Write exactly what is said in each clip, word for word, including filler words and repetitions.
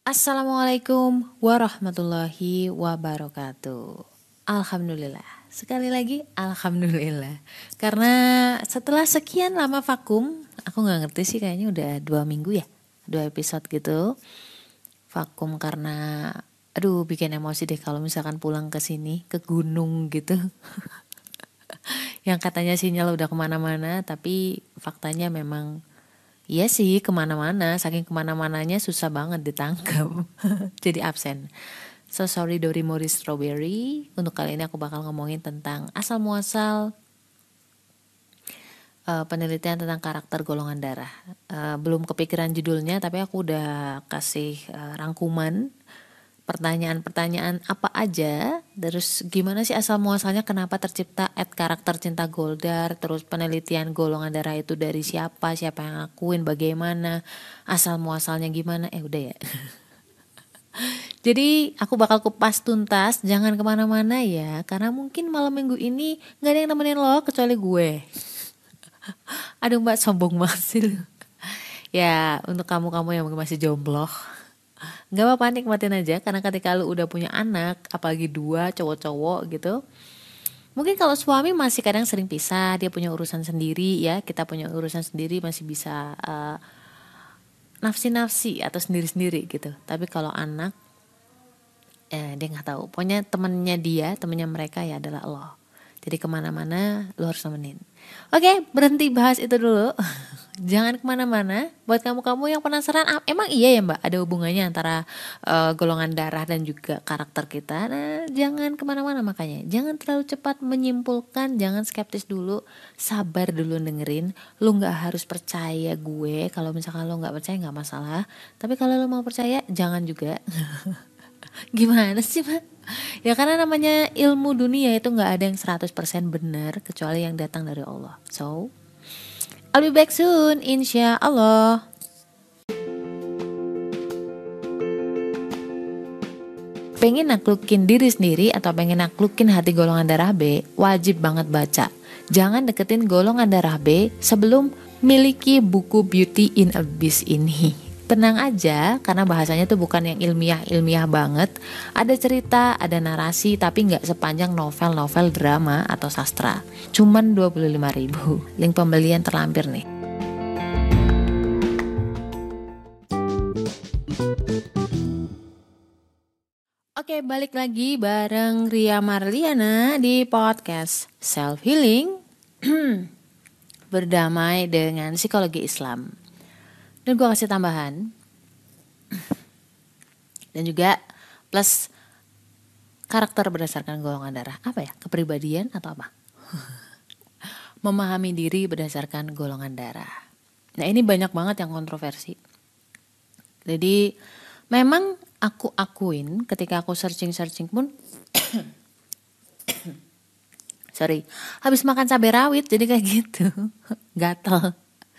Assalamualaikum warahmatullahi wabarakatuh. Alhamdulillah. Sekali lagi alhamdulillah. Karena setelah sekian lama vakum, aku nggak ngerti sih kayaknya udah dua minggu ya, dua episode gitu. Vakum karena, aduh bikin emosi deh kalau misalkan pulang ke sini ke gunung gitu. Yang katanya sinyal udah kemana-mana, tapi faktanya memang iya sih kemana-mana, saking kemana-mananya susah banget ditangkap. Jadi absen. So sorry Dori Mori Strawberry. Untuk kali ini aku bakal ngomongin tentang asal muasal uh, penelitian tentang karakter golongan darah. Uh, belum kepikiran judulnya, tapi aku udah kasih uh, rangkuman pertanyaan-pertanyaan apa aja, terus gimana sih asal muasalnya, kenapa tercipta at karakter cinta Goldar, terus penelitian golongan darah itu dari siapa, siapa yang ngakuin, bagaimana, asal muasalnya gimana, eh udah ya. Jadi aku bakal kupas tuntas, jangan kemana-mana ya, karena mungkin malam minggu ini gak ada yang nemenin lo kecuali gue. Aduh mbak, sombong banget sih lo. Ya untuk kamu-kamu yang masih jomblo, gak apa-apa, nikmatin aja. Karena ketika lu udah punya anak, apalagi dua cowok-cowok gitu, mungkin kalau suami masih kadang sering pisah, dia punya urusan sendiri ya, kita punya urusan sendiri, masih bisa uh, nafsi-nafsi atau sendiri-sendiri gitu. Tapi kalau anak, eh, dia gak tahu, pokoknya temennya dia, temennya mereka ya adalah lo. Jadi kemana-mana lo harus nemenin. Oke, berhenti bahas itu dulu. Jangan kemana-mana. Buat kamu-kamu yang penasaran, emang iya ya mbak ada hubungannya antara uh, golongan darah dan juga karakter kita. Nah, jangan kemana-mana makanya. Jangan terlalu cepat menyimpulkan, jangan skeptis dulu. Sabar dulu dengerin. Lu gak harus percaya gue. Kalau misalkan lu gak percaya gak masalah. Tapi kalau lu mau percaya, jangan juga. Gimana sih mbak? Ya karena namanya ilmu dunia itu gak ada yang seratus persen benar, kecuali yang datang dari Allah. So I'll be back soon, insya Allah. Pengen naklukin diri sendiri atau pengen naklukin hati golongan darah B, wajib banget baca. Jangan deketin golongan darah B sebelum miliki buku Beauty in Abyss ini. Tenang aja, karena bahasanya tuh bukan yang ilmiah-ilmiah banget. Ada cerita, ada narasi, tapi gak sepanjang novel-novel drama atau sastra. Cuman dua puluh lima ribu. Link pembelian terlampir nih. Oke, balik lagi bareng Ria Marliana di podcast Self Healing Berdamai dengan Psikologi Islam. Dan gue kasih tambahan, dan juga plus karakter berdasarkan golongan darah. Apa ya? Kepribadian atau apa? Memahami diri berdasarkan golongan darah. Nah ini banyak banget yang kontroversi. Jadi memang aku akuin ketika aku searching-searching pun sorry, habis makan cabai rawit jadi kayak gitu. Gatel.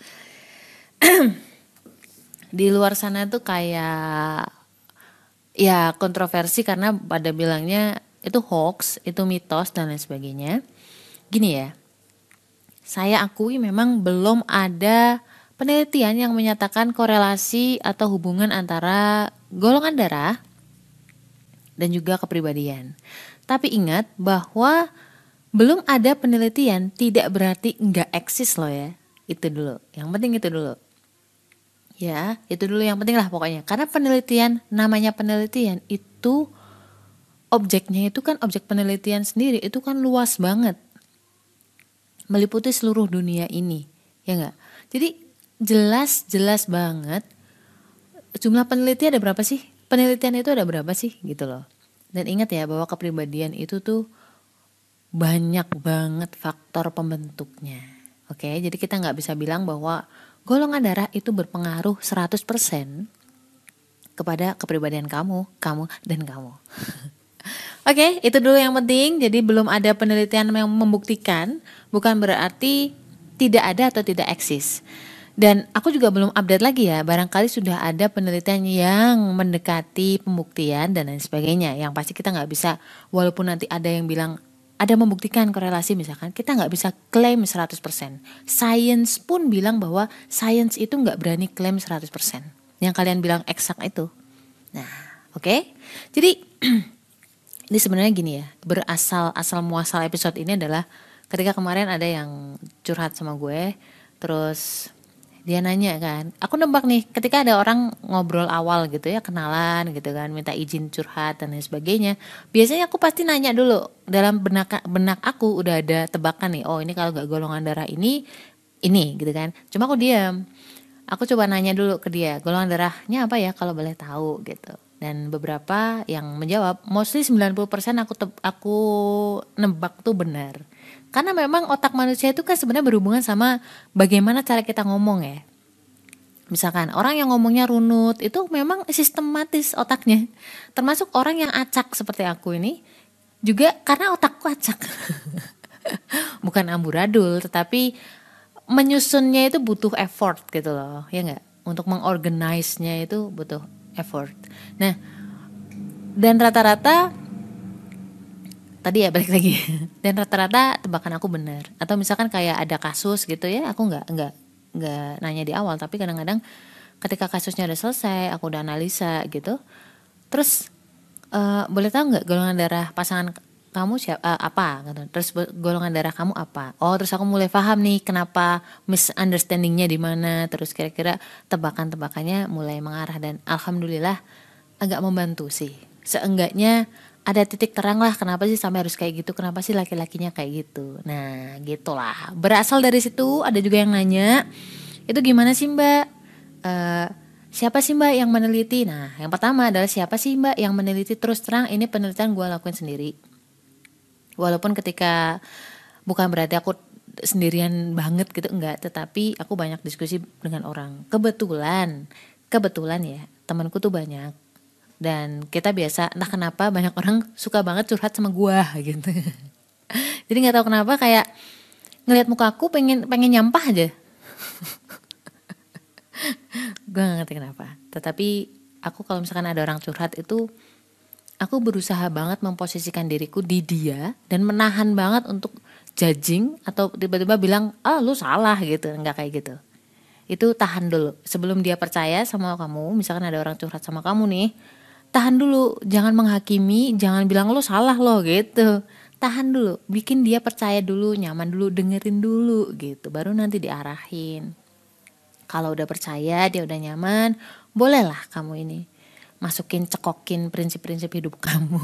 Di luar sana tuh kayak ya kontroversi karena pada bilangnya itu hoax, itu mitos dan lain sebagainya. Gini ya, saya akui memang belum ada penelitian yang menyatakan korelasi atau hubungan antara golongan darah dan juga kepribadian. Tapi ingat bahwa belum ada penelitian tidak berarti nggak eksis loh ya. Itu dulu, yang penting itu dulu. Ya, itu dulu yang penting lah pokoknya. Karena penelitian, namanya penelitian itu objeknya itu kan objek penelitian sendiri, itu kan luas banget. Meliputi seluruh dunia ini, ya enggak? Jadi jelas-jelas banget jumlah penelitian ada berapa sih? Penelitian itu ada berapa sih gitu loh. Dan ingat ya bahwa kepribadian itu tuh banyak banget faktor pembentuknya. Oke, jadi kita enggak bisa bilang bahwa golongan darah itu berpengaruh seratus persen kepada kepribadian kamu, kamu, dan kamu. Oke, itu dulu yang penting. Jadi belum ada penelitian yang membuktikan, bukan berarti tidak ada atau tidak eksis. Dan aku juga belum update lagi ya, barangkali sudah ada penelitian yang mendekati pembuktian dan lain sebagainya. Yang pasti kita gak bisa, walaupun nanti ada yang bilang ada membuktikan korelasi misalkan, kita gak bisa klaim seratus persen. Science pun bilang bahwa science itu gak berani klaim seratus persen. Yang kalian bilang eksak itu, Nah, oke. Okay? Jadi ini sebenarnya gini ya, berasal asal muasal episode ini adalah ketika kemarin ada yang curhat sama gue, terus dia nanya kan, aku nebak nih ketika ada orang ngobrol awal gitu ya, kenalan gitu kan, minta izin curhat dan lain sebagainya, biasanya aku pasti nanya dulu, dalam benak benak aku udah ada tebakan nih, oh ini kalau gak golongan darah ini ini gitu kan. Cuma aku diam, aku coba nanya dulu ke dia, golongan darahnya apa ya kalau boleh tahu gitu. Dan beberapa yang menjawab, mostly sembilan puluh persen aku te- aku nebak tuh benar. Karena memang otak manusia itu kan sebenarnya berhubungan sama bagaimana cara kita ngomong ya. Misalkan orang yang ngomongnya runut itu memang sistematis otaknya. Termasuk orang yang acak seperti aku ini juga karena otakku acak. Bukan amburadul, tetapi menyusunnya itu butuh effort gitu loh, ya nggak? Untuk mengorganize-nya itu butuh effort. Nah, dan rata-rata tadi ya balik lagi. Dan rata-rata tebakan aku benar. Atau misalkan kayak ada kasus gitu ya, aku nggak nggak nggak nanya di awal, tapi kadang-kadang ketika kasusnya udah selesai, aku udah analisa gitu. Terus uh, boleh tahu nggak golongan darah pasangan kamu siapa, uh, apa gitu. Terus golongan darah kamu apa? Oh, terus aku mulai paham nih kenapa misunderstandingnya di mana. Terus kira-kira tebakan-tebakannya mulai mengarah dan alhamdulillah agak membantu sih. Seenggaknya ada titik terang lah kenapa sih sampai harus kayak gitu, kenapa sih laki-lakinya kayak gitu. Nah gitulah, berasal dari situ. Ada juga yang nanya, itu gimana sih mbak, uh, siapa sih mbak yang meneliti. Nah yang pertama adalah siapa sih mbak yang meneliti. Terus terang ini penelitian gue lakuin sendiri, walaupun ketika bukan berarti aku sendirian banget gitu, enggak, tetapi aku banyak diskusi dengan orang. Kebetulan kebetulan ya temanku tuh banyak, dan kita biasa entah kenapa banyak orang suka banget curhat sama gua gitu. Jadi nggak tahu kenapa kayak ngelihat muka aku pengen pengen nyampah aja. Gue nggak ngerti kenapa. Tetapi aku kalau misalkan ada orang curhat itu, aku berusaha banget memposisikan diriku di dia dan menahan banget untuk judging atau tiba-tiba bilang ah lu salah gitu, nggak kayak gitu. Itu tahan dulu sebelum dia percaya sama kamu. Misalkan ada orang curhat sama kamu nih, tahan dulu, jangan menghakimi, jangan bilang lo salah lo gitu. Tahan dulu, bikin dia percaya dulu, nyaman dulu, dengerin dulu gitu, baru nanti diarahin. Kalau udah percaya, dia udah nyaman, bolehlah kamu ini masukin, cekokin prinsip-prinsip hidup kamu.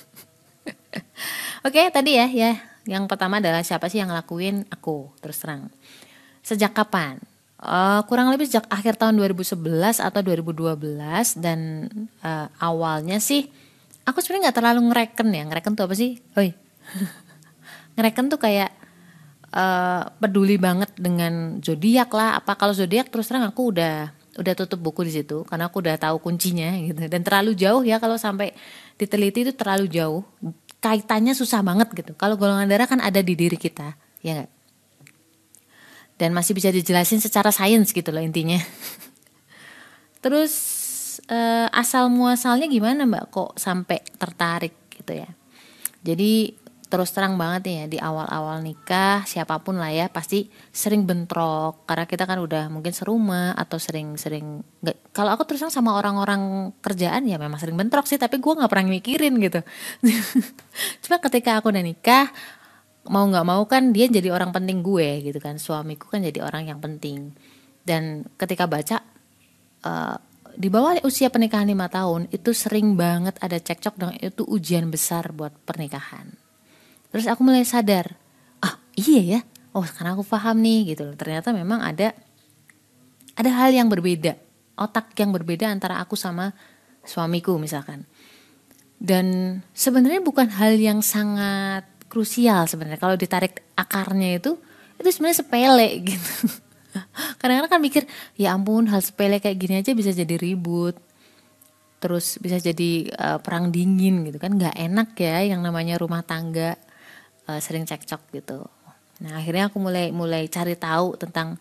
Oke, tadi ya, ya. Yang pertama adalah siapa sih yang ngelakuin? Aku, terus terang. Sejak kapan? Uh, kurang lebih sejak akhir tahun dua ribu sebelas atau dua ribu dua belas. Dan uh, awalnya sih aku sebenarnya nggak terlalu ngereken ya. Ngereken tuh apa sih? Oi. Ngereken tuh kayak uh, peduli banget dengan zodiak lah. Apa kalau zodiak terus terang aku udah udah tutup buku di situ karena aku udah tahu kuncinya gitu. Dan terlalu jauh ya, kalau sampai diteliti itu terlalu jauh. Kaitannya susah banget gitu. Kalau golongan darah kan ada di diri kita, ya nggak? Dan masih bisa dijelasin secara sains gitu loh intinya. Terus uh, asal muasalnya gimana mbak kok sampai tertarik gitu ya. Jadi terus terang banget nih ya, di awal-awal nikah siapapun lah ya pasti sering bentrok. Karena kita kan udah mungkin serumah atau sering-sering gak, kalau aku terus terang sama orang-orang kerjaan ya memang sering bentrok sih, tapi gue gak pernah mikirin gitu. Cuma ketika aku udah nikah, mau nggak mau kan dia jadi orang penting gue gitu kan, suamiku kan jadi orang yang penting. Dan ketika baca uh, di bawah usia pernikahan lima tahun itu sering banget ada cekcok, dan itu ujian besar buat pernikahan. Terus aku mulai sadar, ah iya ya, oh sekarang aku paham nih gitu loh. Ternyata memang ada ada hal yang berbeda, otak yang berbeda antara aku sama suamiku misalkan. Dan sebenarnya bukan hal yang sangat krusial sebenarnya, kalau ditarik akarnya itu itu sebenarnya sepele gitu. Kadang-kadang kan mikir ya ampun, hal sepele kayak gini aja bisa jadi ribut, terus bisa jadi uh, perang dingin gitu kan, nggak enak ya yang namanya rumah tangga uh, sering cekcok gitu. Nah akhirnya aku mulai mulai cari tahu tentang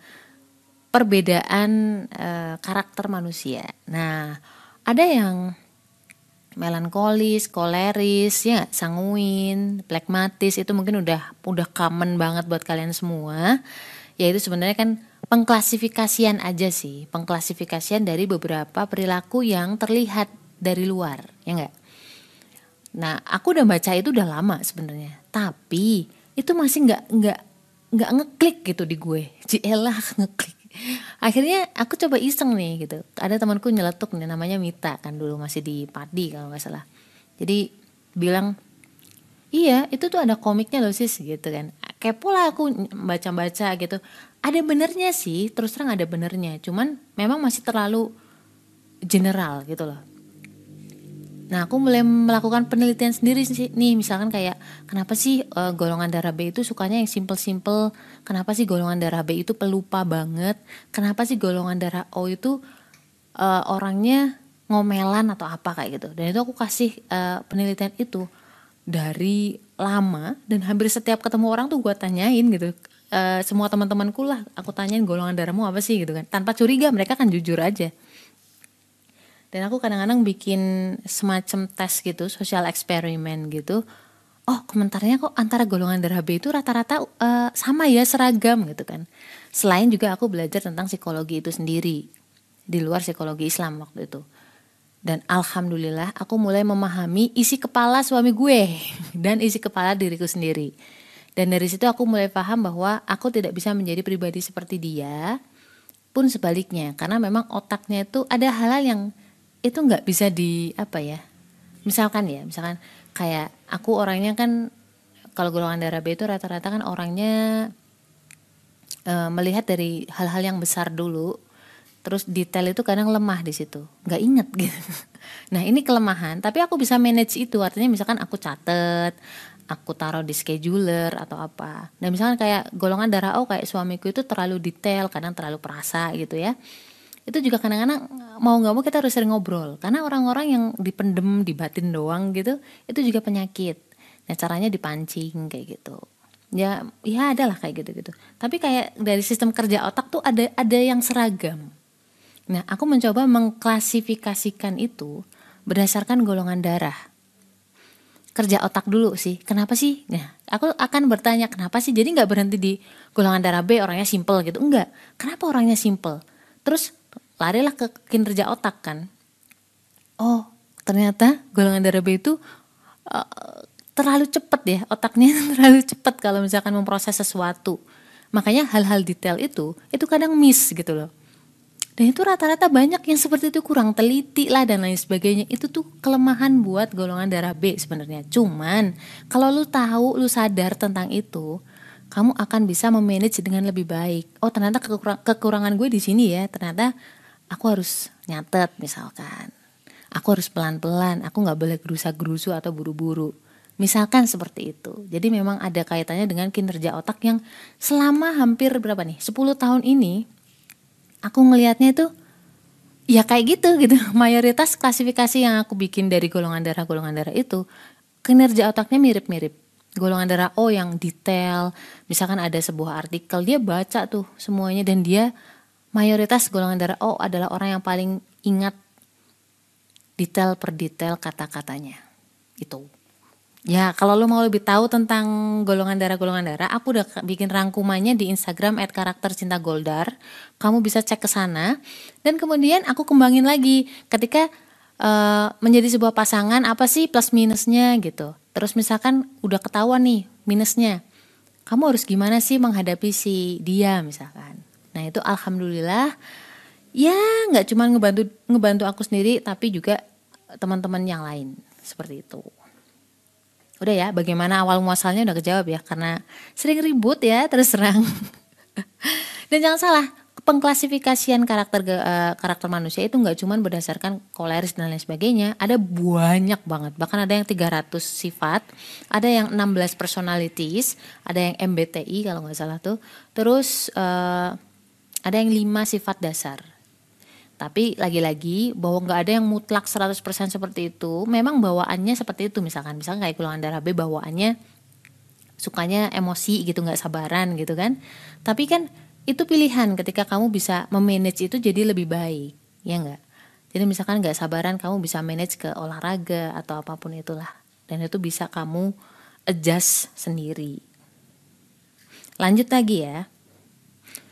perbedaan uh, karakter manusia. Nah ada yang melankolis, koleris, ya sanguin, plekmatis, itu mungkin udah udah common banget buat kalian semua. Ya itu sebenarnya kan pengklasifikasian aja sih, pengklasifikasian dari beberapa perilaku yang terlihat dari luar, ya enggak? Nah, aku udah baca itu udah lama sebenarnya, tapi itu masih nggak nggak nggak ngeklik gitu di gue. Cielah ngeklik. Akhirnya aku coba iseng nih gitu. Ada temanku nyeletuk nih, namanya Mita kan, dulu masih di Padi kalau nggak salah. Jadi bilang, iya itu tuh ada komiknya loh sis gitu kan. Kepo lah aku baca-baca gitu. Ada benernya sih, terus terang ada benernya. Cuman memang masih terlalu general gitu loh. Nah, aku mulai melakukan penelitian sendiri sih nih, misalkan kayak kenapa sih uh, golongan darah B itu sukanya yang simple-simple, kenapa sih golongan darah B itu pelupa banget, kenapa sih golongan darah O itu uh, orangnya ngomelan atau apa kayak gitu. Dan itu aku kasih uh, penelitian itu dari lama, dan hampir setiap ketemu orang tuh gue tanyain gitu. Uh, semua teman-temanku lah aku tanyain golongan darahmu apa sih gitu kan, tanpa curiga, mereka kan jujur aja. Dan aku kadang-kadang bikin semacam tes gitu, sosial eksperimen gitu. Oh, komentarnya kok antara golongan darah B itu rata-rata uh, sama ya, seragam gitu kan. Selain juga aku belajar tentang psikologi itu sendiri, di luar psikologi Islam waktu itu. Dan alhamdulillah aku mulai memahami isi kepala suami gue dan isi kepala diriku sendiri. Dan dari situ aku mulai paham bahwa aku tidak bisa menjadi pribadi seperti dia, pun sebaliknya. Karena memang otaknya itu ada hal-hal yang itu nggak bisa di apa ya, misalkan ya misalkan kayak aku orangnya kan, kalau golongan darah B itu rata-rata kan orangnya e, melihat dari hal-hal yang besar dulu, terus detail itu kadang lemah di situ, nggak inget gitu. Nah ini kelemahan, tapi aku bisa manage itu, artinya misalkan aku catet, aku taruh di scheduler atau apa. Nah misalkan kayak golongan darah O kayak suamiku itu terlalu detail, kadang terlalu perasa gitu ya. Itu juga kadang-kadang mau nggak mau kita harus sering ngobrol, karena orang-orang yang dipendem, dibatin doang gitu, itu juga penyakit. Nah caranya dipancing kayak gitu. Ya, ya adalah kayak gitu-gitu. Tapi kayak dari sistem kerja otak tuh ada ada yang seragam. Nah aku mencoba mengklasifikasikan itu berdasarkan golongan darah. Kerja otak dulu sih, kenapa sih? Nah aku akan bertanya kenapa sih. Jadi nggak berhenti di golongan darah B orangnya simple gitu, enggak. Kenapa orangnya simple? Terus larilah ke kinerja otak kan. Oh ternyata golongan darah B itu uh, terlalu cepat ya, otaknya terlalu cepat kalau misalkan memproses sesuatu. Makanya hal-hal detail itu itu kadang miss gitu loh. Dan itu rata-rata banyak yang seperti itu, kurang teliti lah dan lain sebagainya. Itu tuh kelemahan buat golongan darah B sebenarnya. Cuman kalau lu tahu, lu sadar tentang itu, kamu akan bisa memanage dengan lebih baik. Oh ternyata kekurang, kekurangan gue di sini ya. Ternyata aku harus nyatet misalkan, aku harus pelan-pelan, aku gak boleh gerusa-gerusu atau buru-buru, misalkan seperti itu. Jadi memang ada kaitannya dengan kinerja otak yang selama hampir berapa nih, sepuluh tahun ini aku ngelihatnya itu ya kayak gitu gitu. Mayoritas klasifikasi yang aku bikin dari golongan darah-golongan darah itu, kinerja otaknya mirip-mirip. Golongan darah O yang detail, misalkan ada sebuah artikel, dia baca tuh semuanya, dan dia mayoritas golongan darah O adalah orang yang paling ingat detail per detail kata-katanya. Itu. Ya, kalau lo mau lebih tahu tentang golongan darah-golongan darah, aku udah bikin rangkumannya di Instagram et karakter cinta goldar. Kamu bisa cek ke sana. Dan kemudian aku kembangin lagi ketika uh, menjadi sebuah pasangan, apa sih plus minusnya gitu. Terus misalkan udah ketahuan nih minusnya, kamu harus gimana sih menghadapi si dia misalkan. Nah itu alhamdulillah ya nggak cuma ngebantu ngebantu aku sendiri, tapi juga teman-teman yang lain seperti itu. Udah ya, bagaimana awal muasalnya udah kejawab ya, karena sering ribut ya terus terang. Dan jangan salah, pengklasifikasian karakter uh, karakter manusia itu nggak cuma berdasarkan koleris dan lain sebagainya, ada banyak banget, bahkan ada yang tiga ratus sifat, ada yang enam belas personalities, ada yang M B T I kalau nggak salah tuh, terus uh, ada yang lima sifat dasar. Tapi lagi-lagi bahwa nggak ada yang mutlak seratus persen seperti itu, memang bawaannya seperti itu. Misalkan misalkan kayak golongan darah B, bawaannya sukanya emosi gitu, nggak sabaran gitu kan. Tapi kan itu pilihan ketika kamu bisa memanage itu jadi lebih baik, ya nggak? Jadi misalkan nggak sabaran, kamu bisa manage ke olahraga atau apapun itulah, dan itu bisa kamu adjust sendiri. Lanjut lagi ya.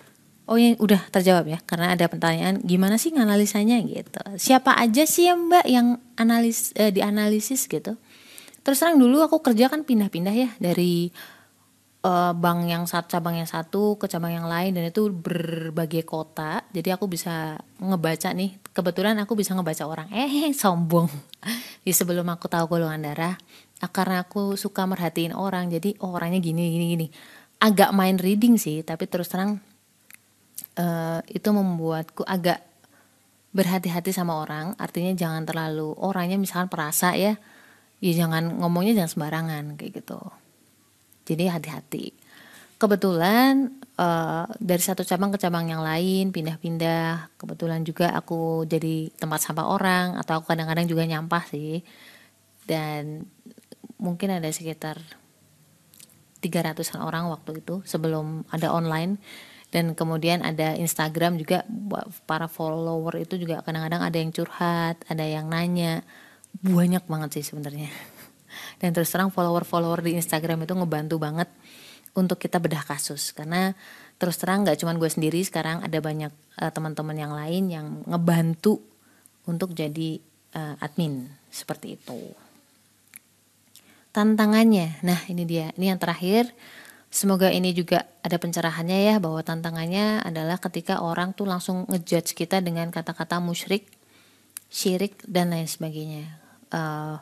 Oh yang udah terjawab ya, karena ada pertanyaan gimana sih nganalisanya gitu. Siapa aja sih ya Mbak yang analis eh, dianalisis gitu. Terus terang dulu aku kerja kan pindah-pindah ya dari eh, bank yang satu cabang yang satu ke cabang yang lain, dan itu berbagai kota. Jadi aku bisa ngebaca nih. Kebetulan aku bisa ngebaca orang. Eh sombong. Di sebelum aku tahu golongan darah, ah, karena aku suka merhatiin orang. Jadi oh orangnya gini gini gini. Agak mind reading sih, tapi terus terang eh, itu membuatku agak berhati-hati sama orang. Artinya jangan terlalu orangnya misalkan perasa ya, ya jangan ngomongnya jangan sembarangan kayak gitu. Jadi hati-hati. Kebetulan eh, dari satu cabang ke cabang yang lain pindah-pindah. Kebetulan juga aku jadi tempat sampah orang, atau aku kadang-kadang juga nyampah sih. Dan mungkin ada sekitar tiga ratusan orang waktu itu sebelum ada online. Dan kemudian ada Instagram juga, para follower itu juga kadang-kadang ada yang curhat, ada yang nanya, banyak banget sih sebenarnya. Dan terus terang follower-follower di Instagram itu ngebantu banget untuk kita bedah kasus, karena terus terang nggak cuma gue sendiri, sekarang ada banyak uh, teman-teman yang lain yang ngebantu untuk jadi uh, admin seperti itu. Tantangannya, nah ini dia, ini yang terakhir. Semoga ini juga ada pencerahannya ya, bahwa tantangannya adalah ketika orang tuh langsung ngejudge kita dengan kata-kata musyrik, syirik dan lain sebagainya. Uh,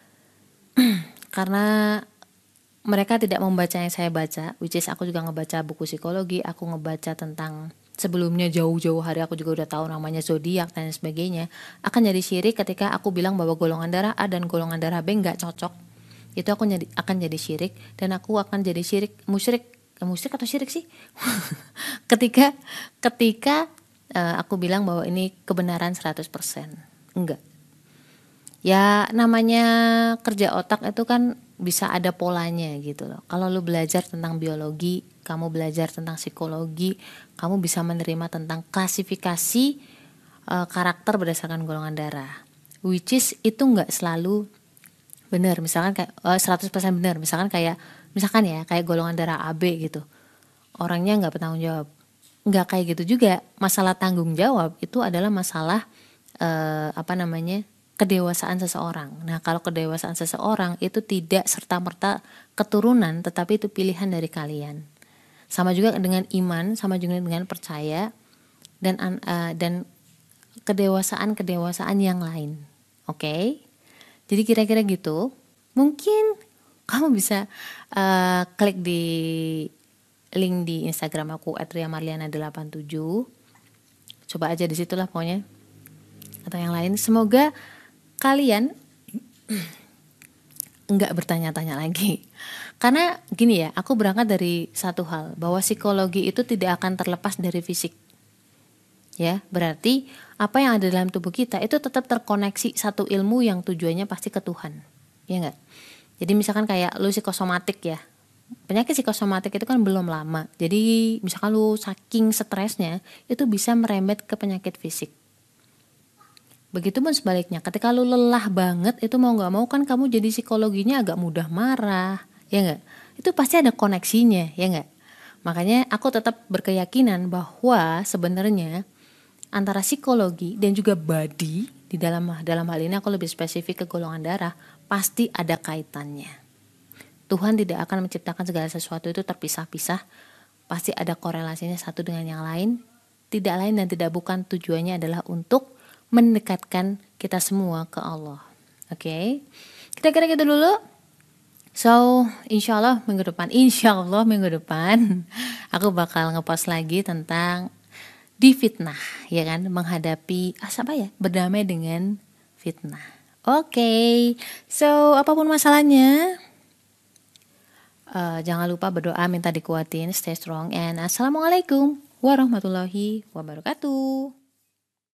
karena mereka tidak membaca yang saya baca, which is aku juga ngebaca buku psikologi, aku ngebaca tentang sebelumnya jauh-jauh hari aku juga udah tahu namanya zodiak dan sebagainya. Akan jadi syirik ketika aku bilang bahwa golongan darah A dan golongan darah B nggak cocok. Itu aku jadi, akan jadi syirik, dan aku akan jadi syirik musyrik eh, musyrik atau syirik sih ketika ketika uh, aku bilang bahwa ini kebenaran seratus persen. Enggak. Ya namanya kerja otak itu kan bisa ada polanya gitu loh. Kalau lu belajar tentang biologi, kamu belajar tentang psikologi, kamu bisa menerima tentang klasifikasi uh, karakter berdasarkan golongan darah, which is itu nggak selalu benar. Misalkan kayak uh, seratus persen benar. Misalkan kayak misalkan ya kayak golongan darah A B gitu, orangnya nggak bertanggung jawab. Nggak kayak gitu juga. Masalah tanggung jawab itu adalah masalah uh, apa namanya kedewasaan seseorang. Nah kalau kedewasaan seseorang itu tidak serta-merta keturunan, tetapi itu pilihan dari kalian. Sama juga dengan iman, sama juga dengan percaya, dan uh, dan kedewasaan-kedewasaan yang lain. Oke, okay? Jadi kira-kira gitu. Mungkin kamu bisa uh, klik di link di Instagram aku et ria marliana delapan tujuh. Coba aja di situlah pokoknya. Atau yang lain. Semoga kalian enggak bertanya-tanya lagi. Karena gini ya, aku berangkat dari satu hal, bahwa psikologi itu tidak akan terlepas dari fisik. Ya, berarti apa yang ada dalam tubuh kita itu tetap terkoneksi satu ilmu yang tujuannya pasti ke Tuhan. Ya enggak? Jadi misalkan kayak lu psikosomatik ya. Penyakit psikosomatik itu kan belum lama. Jadi misalkan lu saking stresnya itu bisa merembet ke penyakit fisik. Begitupun sebaliknya, ketika lu lelah banget itu mau enggak mau kan kamu jadi psikologinya agak mudah marah. Ya enggak? Itu pasti ada koneksinya, ya enggak? Makanya aku tetap berkeyakinan bahwa sebenarnya antara psikologi dan juga body, di dalam dalam hal ini aku lebih spesifik ke golongan darah, pasti ada kaitannya. Tuhan tidak akan menciptakan segala sesuatu itu terpisah-pisah, pasti ada korelasinya satu dengan yang lain. Tidak lain dan tidak bukan, tujuannya adalah untuk mendekatkan kita semua ke Allah. Oke, okay? Kita kira gitu dulu. So, insya Allah minggu depan, insya Allah minggu depan aku bakal ngepost lagi tentang di fitnah, ya kan, menghadapi apa ya, berdamai dengan fitnah. Oke, okay. So apapun masalahnya, uh, jangan lupa berdoa, minta dikuatin, stay strong, and assalamualaikum warahmatullahi wabarakatuh.